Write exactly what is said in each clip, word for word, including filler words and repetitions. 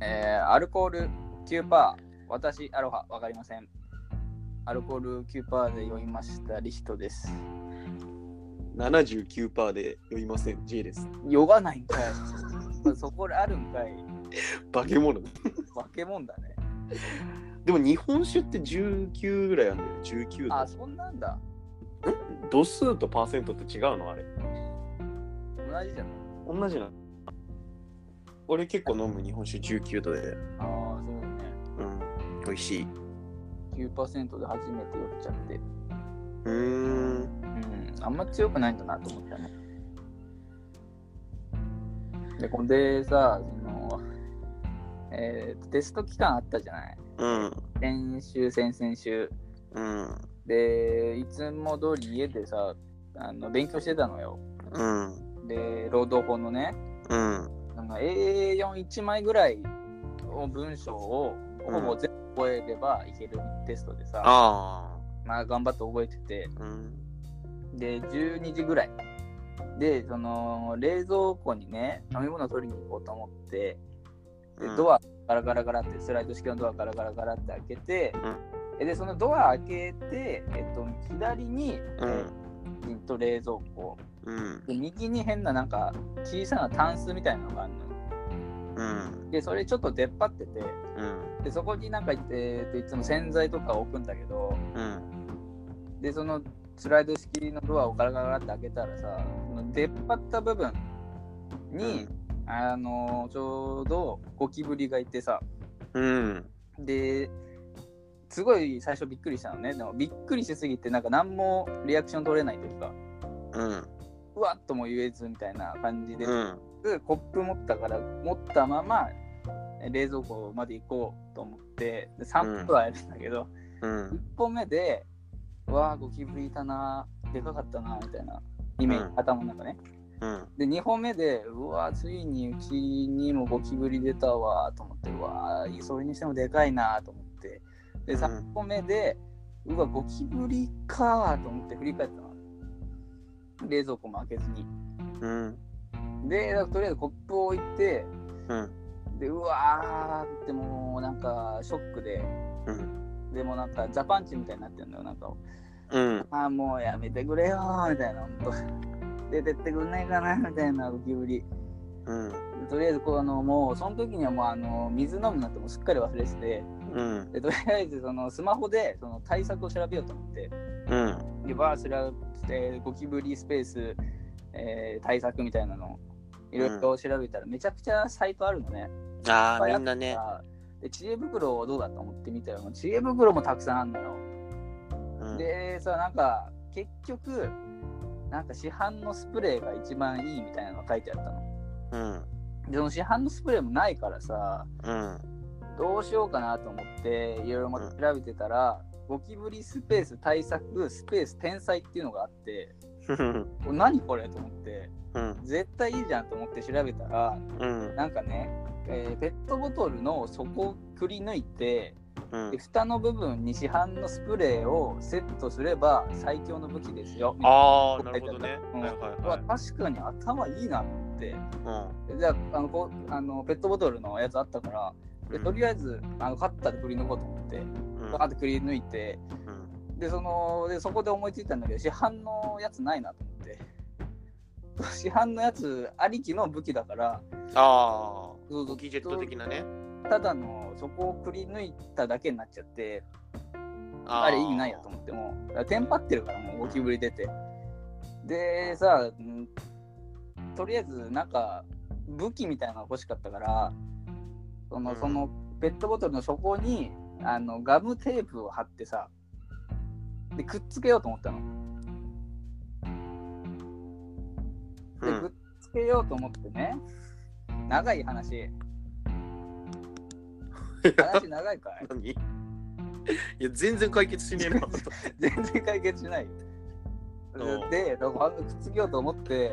えー、アルコール きゅうパーセント、私、アロハ、わかりません。アルコール きゅうパーセント で酔いました、リヒトです。 ななじゅうきゅうパーセント で酔いません、J です。 酔がないんかい。そこであるんかい。 化け物。 化け物だね。 でも日本酒ってじゅうきゅうぐらいあるんだよ、じゅうきゅうど。 あ、そんなんだ。 度数とパーセントって違うのあれ。 同じじゃん。 同じな。俺結構飲む日本酒じゅうきゅうどで。 ああ、そうだね。 うん。 美味しい。 きゅうパーセント で初めて酔っちゃって。 うーん。 うん。あんま強くないんだなと思ったね。で、こんでさ、その、えー、テスト期間あったじゃない。 うん。 先週、先々週。 うん。 で、いつも通り家でさ、あの勉強してたのよ。 うん。 で、労働法のね、 うん。 なんか エーよんいち 枚ぐらいの文章をほぼ全部覚えればいけるテストでさ、 あまあ頑張って覚えてて、 あ。うん。 で、じゅうにじぐらい。で、その冷蔵庫にね、飲み物取りに行こうと思って、でドアガラガラガラって、スライド式のドアガラガラガラって開けて、うん、で、そのドア開けて、えっと、左に、うんえー、と冷蔵庫、うん、で右に変ななんか小さなタンスみたいなのがあるのよ。うん、で、それちょっと出っ張ってて、うん、で、そこになんか、えー、いつも洗剤とか置くんだけど、うん、で、そのスライド式のドアをガラガラガラって開けたらさ、その出っ張った部分に、うん、あのー、ちょうどゴキブリがいてさ、うん、ですごい最初びっくりしたのね。でもびっくりしすぎてなんか何もリアクション取れないというか、うん、うわっとも言えずみたいな感じで、うん、コップ持ったから持ったまま冷蔵庫まで行こうと思ってでさんぷんはやるんだけど、うん、いっぽんめでうわーゴキブリいたなでかかったなみたいなイメージ、うん、頭の中ね、うん、でにほんめでうわーついにうちにもゴキブリ出たわと思ってうわーそれにしてもでかいなと思ってでさんこめで、うん、うわゴキブリかと思って振り返ったの。冷蔵庫も開けずに、うん、でとりあえずコップを置いて、うん、でうわーってもうなんかショックで、うん、でもなんかザパンチみたいになってるのよなんか、うん、あーもうやめてくれよーみたいな、ほんと出てってくんないかなみたいなゴキブリ、うん、とりあえずこうあのもうその時にはもうあの水飲むなんてもうすっかり忘れてて、うん、でとりあえずそのスマホでその対策を調べようと思って、うん、でバースラでゴキブリスペース、えー、対策みたいなのいろいろ調べたらめちゃくちゃサイトあるのね。 ああみんなね。 で知恵袋どうだと思ってみたら知恵袋もたくさんあるのよ。うん、でさなんか結局なんか市販のスプレーが一番いいみたいなのが書いてあったの。うん、でその市販のスプレーもないからさ、うん、どうしようかなと思っていろいろ調べてたら、うん、ゴキブリスペース対策スペース天才っていうのがあって何これと思って、うん、絶対いいじゃんと思って調べたら、うん、なんかね、えー、ペットボトルの底をくり抜いて、うん、で蓋の部分に市販のスプレーをセットすれば最強の武器ですよ。 ああなるほどね、うんはいはいはい、 確かに頭いいなと思って、うん、じゃああのこあのペットボトルのやつあったからでとりあえずあのカッターでくり抜こうと思って、うん、バーってくり抜いて、うん、でそのでそこで思いついたんだけど市販のやつないなと思って市販のやつありきの武器だからああゴキジェット的なねただのそこをくり抜いただけになっちゃってあ, あれ意味ないやと思ってもテンパってるからもうゴキブリ出てでさとりあえずなんか武器みたいなのが欲しかったからその、うん、そのペットボトルの底にあのガムテープを貼ってさでくっつけようと思ったの、で、うん、くっつけようと思ってね長い話話長いかい何いや全然解決しねえな全然解決しないでだからくっつけようと思って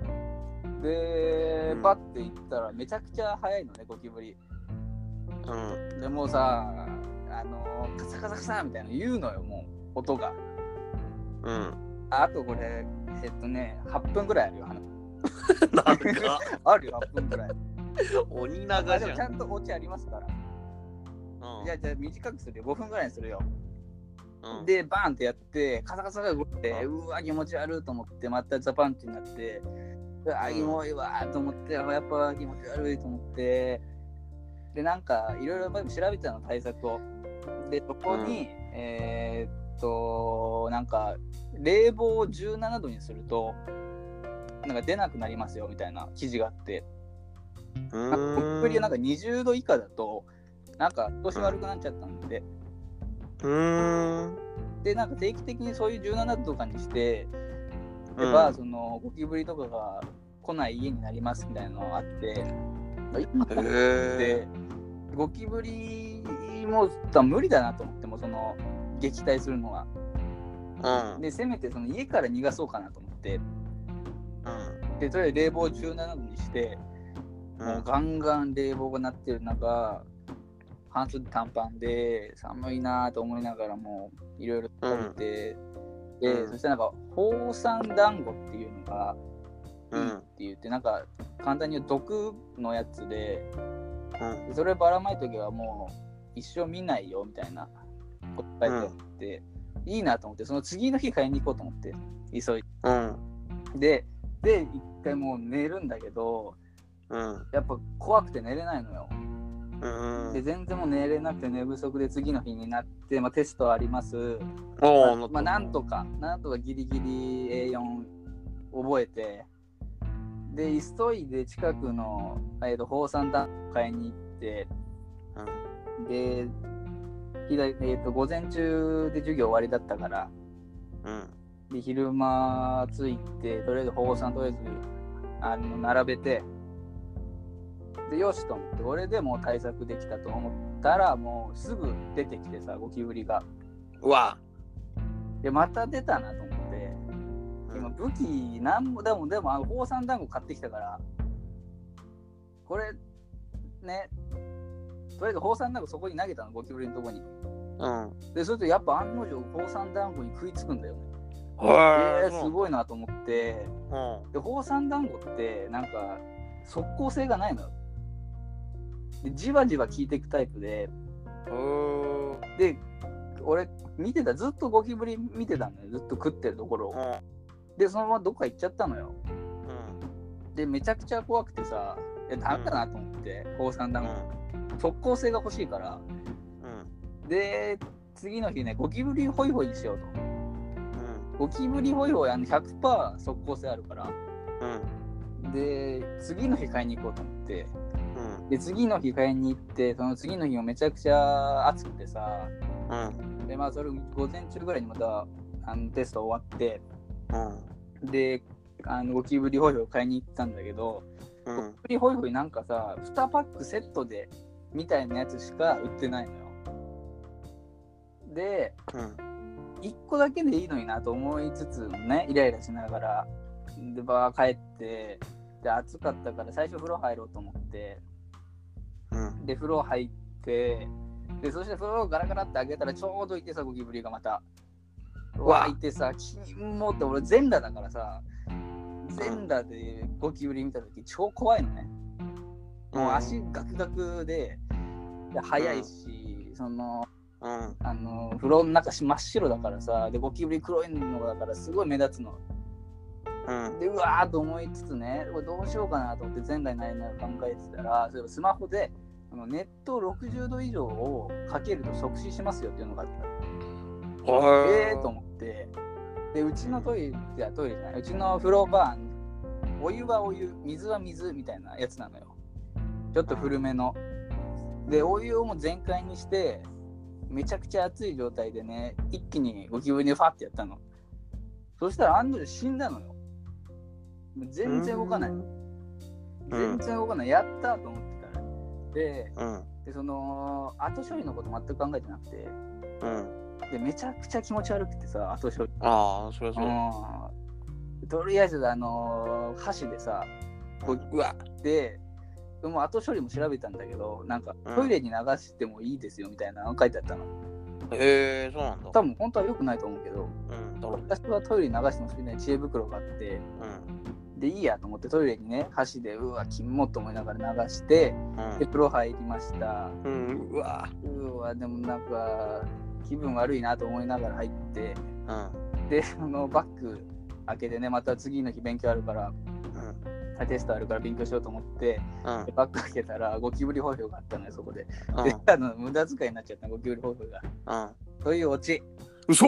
で、うん、パッて行ったらめちゃくちゃ速いのねゴキブリ、うん、でもうさあのカサカサカサみたいなの言うのよもう音が、うん、あ, あとこれえっとねはっぷんぐらいあるよなんかあるよはっぷんぐらい鬼まあ長じゃん。 でもちゃんとオチありますから。 うん、 じゃあ、じゃあ短くするよ。ごふんぐらいにするよ。 うん、 で、バーンってやって、カサカサが動いて、 ううわ、気持ち悪いと思って、またザパンチになって、うわ、キモいわと思って、やっぱ気持ち悪いと思って、で、なんか、いろいろ調べてたの、対策を。で、そこに、うん、えー、っと、なんか、冷房をじゅうななどにすると、なんか出なくなりますよみたいな記事があって、なんかゴキブリはなんかにじゅうど以下だと、なんか調子悪くなっちゃったんで、 うーんで、なんか定期的にそういうじゅうななどとかにしてれば、うん、そのゴキブリとかが来ない家になりますみたいなのがあって、今ってゴキブリも無理だなと思っても、その撃退するのは、うん、でせめてその家から逃がそうかなと思って、うん、でそれで冷房じゅうななどにして、うん、もうガンガン冷房が鳴ってる中、半袖短パンで寒いなと思いながらもいろいろ食べて、うん、で、うん、そしたらなんかホウサン団子っていうのがいいって言って、うん、なんか簡単に言う毒のやつで、うん、でそればらまいときはもう一生見ないよみたいなこと書いてあって、うん、いいなと思って、その次の日買いに行こうと思って急いで、うん、でで一回もう寝るんだけど、うん、やっぱ怖くて寝れないのよ。うん、で全然もう寝れなくて寝不足で次の日になって、まあ、テストあります。まあ、まあ、なんとかなんとかギリギリ エーよん 覚えて、で急いで近くの、えー、とホウサン団子買いに行って、うん、で左、えー、と午前中で授業終わりだったから、うん、で昼間着いてとりあえずホウサンとりあえずあの並べて、でよしと思って、俺でもう対策できたと思ったら、もうすぐ出てきてさ、ゴキブリが。 うわでまた出たなと思って、うん、今武器なんもでもでもあのホウサン団子買ってきたから、これね、とりあえずホウサン団子そこに投げたの、ゴキブリのとこに。うん。でそれとやっぱ案の定ホウサン団子に食いつくんだよね。えー、すごいなと思って、うん、でホウサン団子ってなんか即効性がないのよ。でじわじわ効いていくタイプで、で俺見てた、ずっとゴキブリ見てたのよ、ずっと食ってるところを、うん、でそのままどっか行っちゃったのよ、うん、でめちゃくちゃ怖くてさ、いやダメだなと思って、ホウサン団子、うん、即効性が欲しいから、うん、で次の日ね、ゴキブリホイホイにしようと、うん、ゴキブリホイホイあの ひゃくパーセント 即効性あるから、うん、で次の日買いに行こうと思って、で次の日買いに行って、その次の日もめちゃくちゃ暑くてさ、うん、でまあそれ午前中ぐらいにまたあのテスト終わって、うん、であのゴキブリホイホイ買いに行ったんだけど、うん、ゴキブリホイホイなんかさにパックセットでみたいなやつしか売ってないのよ。で、うん、いっこだけでいいのになと思いつつね、イライラしながらでバー帰って、で暑かったから最初風呂入ろうと思って、うん、で風呂入って、でそして風呂をガラガラって開けたらちょうどいてさ、ゴキブリがまたわーいてさ、キモって俺全裸だからさ、全裸でゴキブリ見た時超怖いのね。もう足ガクガクで、で速いし、うん、その、うん、あの風呂の中真っ白だからさ、でゴキブリ黒いのだからすごい目立つの。うん、でうわーと思いつつね、これどうしようかなと思って全裸になりながら考えてたら、そういえばスマホであのネットろくじゅうど以上をかけると即死しますよっていうのがあった。えーと思って、でうちのトイレじゃトイレじゃない、うちの風呂場、お湯はお湯、水は水みたいなやつなのよ。ちょっと古めの。でお湯をもう全開にしてめちゃくちゃ熱い状態でね、一気にゴキブリにファッてやったの。そしたら案の定死んだのよ。全然動かない、うん、全然動かない、やったと思ってたらで、うん、でその後処理のこと全く考えてなくて、うん、でめちゃくちゃ気持ち悪くてさ、後処理、 ああそれはそう、 うん、とりあえずあのー、箸でさこう、うわででも後処理も調べたんだけど、なんかトイレに流してもいいですよみたいなの書いてあったの。 へえー、そうなんだ。 多分本当は良くないと思うけど、うん、私はトイレに流しても好きな知恵袋があって、うん、 でいいやと思ってトイレにね箸でうわキモと思いながら流して、うん、で風呂入りました、 うん、うわうわでもなんか気分悪いなと思いながら入って、うん、でそのバッグ開けてねまた次の日勉強あるから、うん、テストあるから勉強しようと思って、うん、でバッグ開けたらゴキブリホイホイがあったのよそこで、うん、であの無駄遣いになっちゃったゴキブリホイホイが、うん、そういうオチ嘘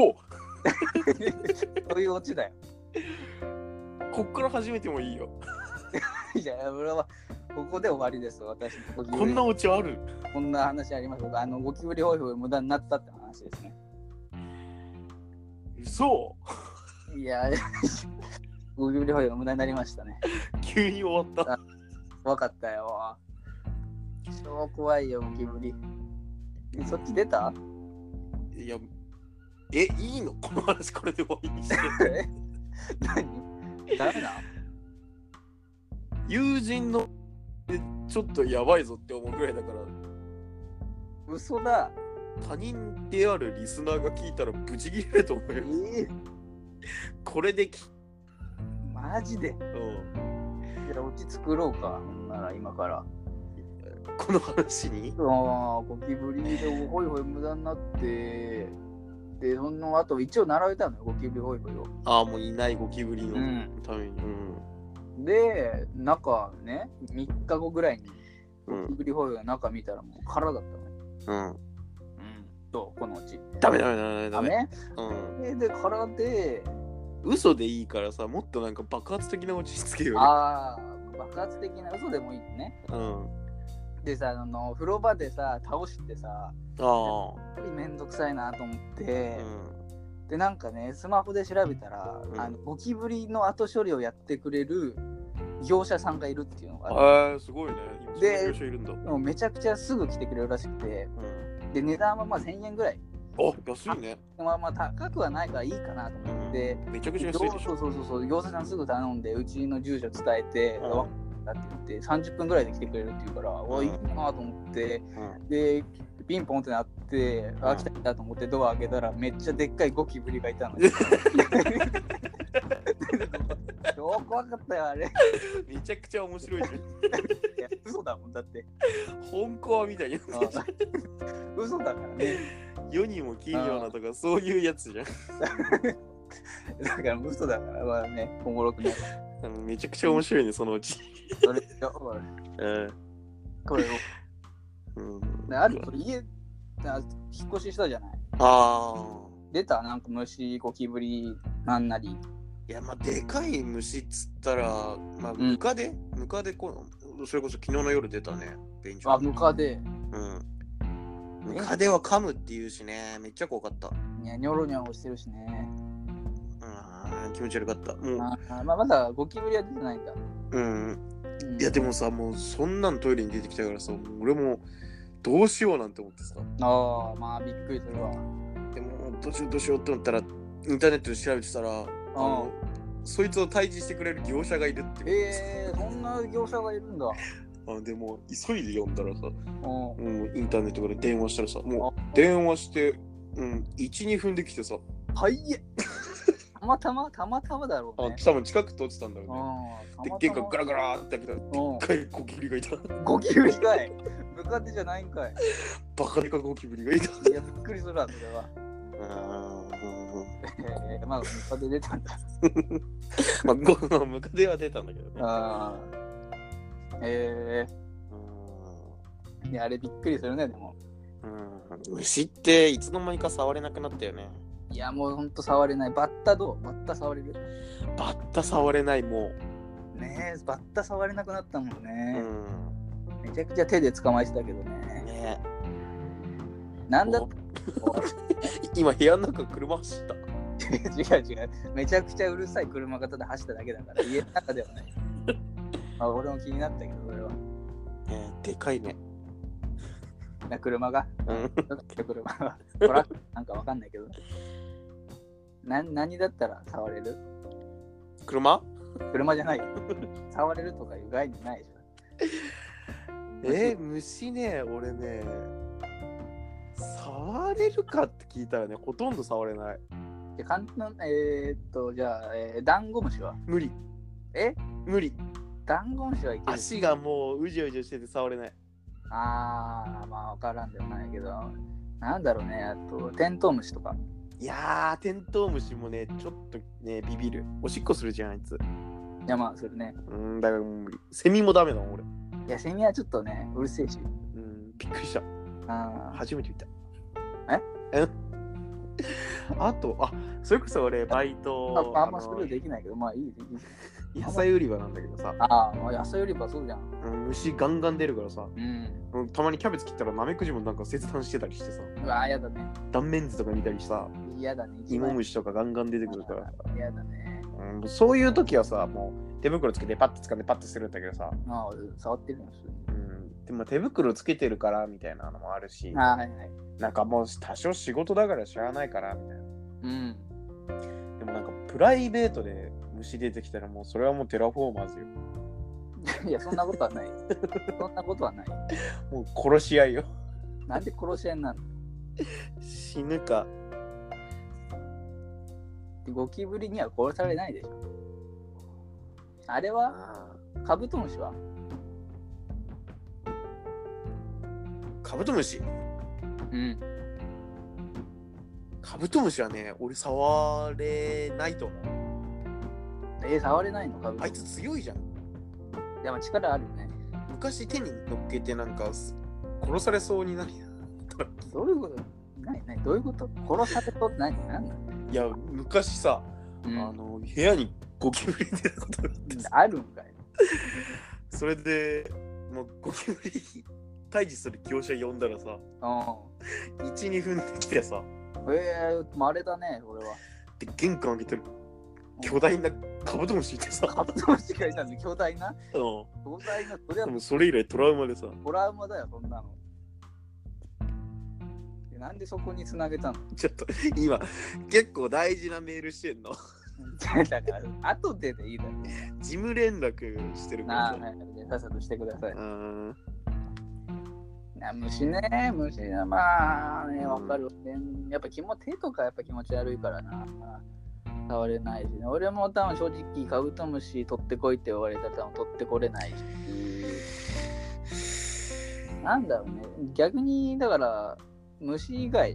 そういうオチだよ。 こっから始めてもいいよ。 いや、俺はここで終わりです。私こんなオチある？ こんな話あります。あのゴキブリホイホイ無駄になったって話ですね。 嘘？ いや、ゴキブリホイホイ無駄になりましたね。 急に終わった。 わかったよ。超怖いよゴキブリ。そっち出た？ いや、え、いいの？この話これで終わりにして。 何？ダメな友人のちょっとやばいぞって思うぐらいだから嘘だ他人であるリスナーが聞いたらブチギレると思うよ、えー、これできマジでうんじゃあオチ作ろうかなら今からこの話にああゴキブリでホイホイ無駄になってでその後一応並べたのよゴキブリホイホイをああもういないゴキブリのために、 うん、で中ねみっかごぐらいにゴキブリホイホイが中見たらもう空だったのようん、うん、どうこのうちダメダメダメダメダメ、 うん、で空で嘘でいいからさもっとなんか爆発的なオチつけようよああ爆発的な嘘でもいいねうんでさあの風呂場でさ倒してさあめんどくさいなと思って、うん、でなんかねスマホで調べたら、うん、あのゴキブリの後処理をやってくれる業者さんがいるっていうのがあって、すごいねで業者いるんだもうめちゃくちゃすぐ来てくれるらしくて、うん、で値段はまあせんえんぐらいあ安いねまあまあ高くはないからいいかなと思って、 うん、めちゃくちゃ安いでしょそうそうそう業者さんすぐ頼んでうちの住所伝えて、うんだって言ってさんじゅっぷんぐらいで来てくれるって言うから、うん、おいいなと思って、うん、でピンポンってなって、うん、あ来た来たと思ってドア開けたらめっちゃでっかいゴキブリがいたの超怖かったよあれめちゃくちゃ面白いじゃんいや嘘だもんだって本コアみたいな嘘だからね世にも奇妙なとかそういうやつじゃんだから嘘だからまあねおもろくないめちゃくちゃ面白いねそのうちそれよこれ、うん、これを、うん、ある家引っ越ししたじゃないああ出たなんか虫ゴキブリなんなりいやまあでかい虫っつったらまあムカデ、うん、ムカデこそれこそ昨日の夜出たねベンチあムカデうんムカデは噛むって言うしねめっちゃ怖かったいやニョロニョロしてるしね気持ち悪かったもうあ、まあ、まだゴキブリは出てないんだうん、うん、いやでもさもうそんなんトイレに出てきたからさ俺もどうしようなんて思ってさああまあびっくりするわでもどうしようどうしようって思ったらインターネットで調べてたらあのそいつを退治してくれる業者がいるってえー、そんな業者がいるんだあでも急いで読んだらさ、うん、インターネットから電話したらさもう電話して、うん、いち、にふんで来てさはいえたまたまたまたまだろうね。 あ多分近く通ってたんだろうね。で、玄関ガラガラって開けたら、でっかいゴキブリがいた。 ゴキブリかいムカデじゃないんかいバカでかゴキブリがいた。 いや、びっくりするわ、それは。あえー、まあ、ムカデ出たんだ。 まあ、ムカデは出たんだけどね。あえー、いや、あれびっくりするね、でも。 うん虫っていつの間にか触れなくなったよね。 いやもうほんと触れない。バッタどうバッタ触れるバッタ触れないもう。ねえ、バッタ触れなくなったもんね。うん。めちゃくちゃ手で捕まえてたけどね。ねえ。なんだ今部屋の中車走った。 違う違う。めちゃくちゃうるさい車がただ走っただけだから家の中ではない。あ俺も気になったけどそれは。 ねえ、でかいね。 な車が、うん、車がトラックなんかわかんないけどな何だったら触れる車車じゃないよ触れるとかいう概念ないでしょえー、虫ね俺ね触れるかって聞いたらねほとんど触れないじゃ簡単えー、っとじゃあ、えー、ダンゴムシは無理え無理。 ダンゴムシはいける。 足がもううじうじしてて触れない。 あー、まあ分からんでもないけど、なんだろうね、あとテントウムシとか。 いやー、テントウムシもね、ちょっとね、ビビる。おしっこするじゃん、あいつ。 いや、まあ、それね。 うん、だからもう無理。セミもダメだもん、俺。 いや、セミはちょっとね、うるせえし。 うん、びっくりした。 あ初めて見た。 ええあと、あ、それこそ俺、バイト。 ああんまスルーできないけど、まあいい、いい。 野菜売り場なんだけどさ。 ああ、野菜売り場そうじゃん。 うん、虫ガンガン出るからさ。 うん。 うん、たまにキャベツ切ったらナメクジもなんか切断してたりしてさ。 うわ、やだね。 断面図とか見たりさ。 嫌だね。 芋虫とかガンガン出てくるからさ。 嫌だね。 うん、そういう時はさ、もう手袋つけてパッと掴んでパッとするんだけどさ。 ああ、触ってるんですよ。 うん。でも手袋つけてるからみたいなのもあるし。 ああ、はいはい。 なんかもう多少仕事だからしゃあないからみたいな。 うん。 でもなんかプライベートで虫出てきたらもうそれはもうテラフォーマーズよ。 いや、そんなことはない。そんなことはない。 もう殺し合いよ。 なんで殺し合いになるの？ 死ぬか。 ゴキブリには殺されないでしょ。あれはカブトムシはカブトムシ。 うん。 カブトムシはね、俺触れないと思う。 えー、触れないのカブトムシ。 あいつ強いじゃん。 いや、まあ力あるよね。 昔手に乗っけてなんか殺されそうになる。 どういうこと何何どういうこと殺されそうって何何なの？ いや、昔さ、 うん、 あの部屋にゴキブリ出たことがあってさ。 あるんかい。それで、もうゴキブリ退治する業者呼んだらさ、いち、にふんで来てさ、 えー、まれだね、俺は。 で、玄関開けてる巨大なカブトムシいてさ。 カブトムシがいたの巨大な、うん、巨大な、それはもうそれ以来トラウマでさ。 トラウマだよ、そんなの。なんでそこにつなげたの？ ちょっと今結構大事なメールしてんの。 だから後ででいいだろ。 事務連絡してるからさ。 ああ、さっさとしてください。 うん。 虫ね、虫はまあね、わかる、うん。やっぱ気も手とかやっぱ気持ち悪いからな。触れないしね。俺も多分正直カブトムシ取ってこいって言われたら多分取ってこれないし。なんだろうね。逆にだから虫以外、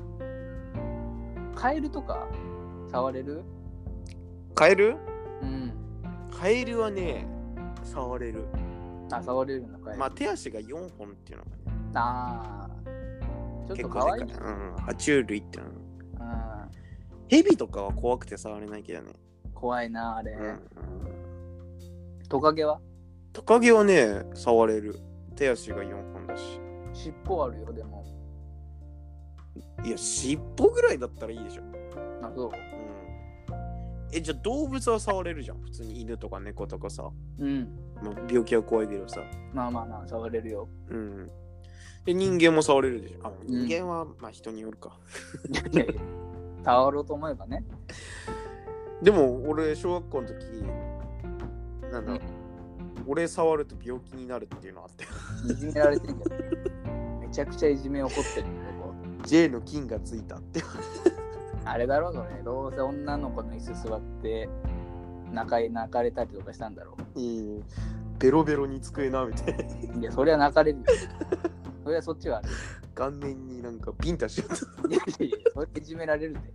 カエルとか触れる？ カエル？ うん。 カエルはね、触れる。 あ、触れるのかい。 まあ手足がよんほんっていうのがね。 ああ。ちょっと可愛い。 結構でかい。うん。爬虫類っての。 うん。 ヘビとかは怖くて触れないけどね。 怖いな、あれ。 うん、 トカゲは？ トカゲはね、触れる。手足がよんほんだし。 尻尾あるよ、でも。 いや、尻尾ぐらいだったらいいでしょ。 あ、そう。うん。 え、じゃあ動物は触れるじゃん。普通に犬とか猫とかさ。 うん。 まあ、病気は怖いけどさ。 まあまあまあ、触れるよ。 うん。で、人間も触れるでしょ。あ、人間は、うん、まあ人によるか。 触ろうと思えばね。 でも、俺、小学校の時、なんだろう、うん、俺触ると病気になるっていうのあって。 いじめられてんじゃん。めちゃくちゃいじめ起こってるんだよ。 J の菌がついたって。 あれだろうそれ。どうせ女の子の椅子座って泣か泣かれたりとかしたんだろう。 いい。ベロベロに机なめて。 いや、それは泣かれるよ。それはそっちはある。 顔面になんかビンタしようと。 いやいやいや、それいじめられるで。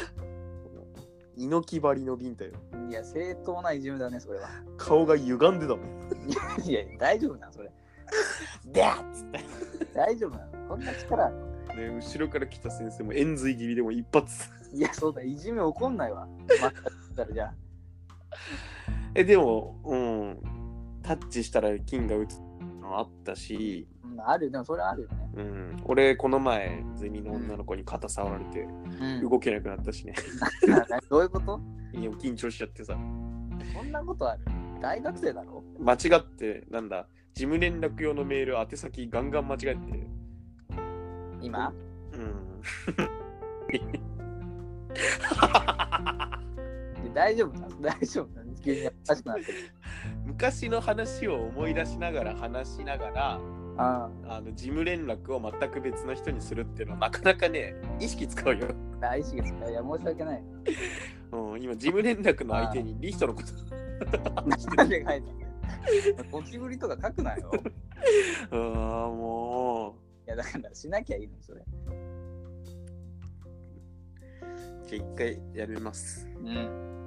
猪木張りのビンタよ。 いや、正当ないじめだね、それは。 顔が歪んでたもん。 いやいや、大丈夫な、それ。 でっつって。 大丈夫なのこんな力あるのね、後ろから来た先生も円髄切りでも一発。 いや、そうだ、いじめ起こんないわ。またらじゃあ。 え、でも、うん、タッチしたら菌が打つのあったし、 うん、ある、でもそれあるよね。 うん、俺、この前、ゼミの女の子に肩触られて、うん、動けなくなったしね。 どういうこと？ いや、緊張しちゃってさ。 そんなことある？大学生だろ？ 間違って、なんだ、事務連絡用のメール、宛先ガンガン間違えて。 今？ うん。 大丈夫なの？大丈夫なの？急におかしくなってる。 昔の話を思い出しながら話しながら、 ああの事務連絡を全く別の人にするっていうのはなかなかね、意識使うよ。 あ、意識使う。いや、申し訳ない。 うん、今、事務連絡の相手にリヒトのこと。 なんで書いたの？ゴキブリとか書くなよ。 ああ、もう。いや、だからしなきゃいいの、それ。 じゃあ一回やめます。 うん。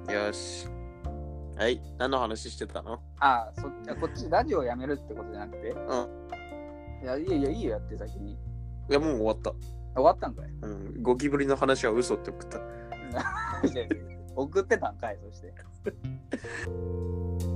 よし。はい。何の話してたの？ ああ、そっこっちラジオやめるってことじゃなくて。うん。いや、いやいや、いいよ、やって先に。いや、もう終わった。 終わったんかい？ うん。ゴキブリの話は嘘って送った。 送ってたんかい、そして。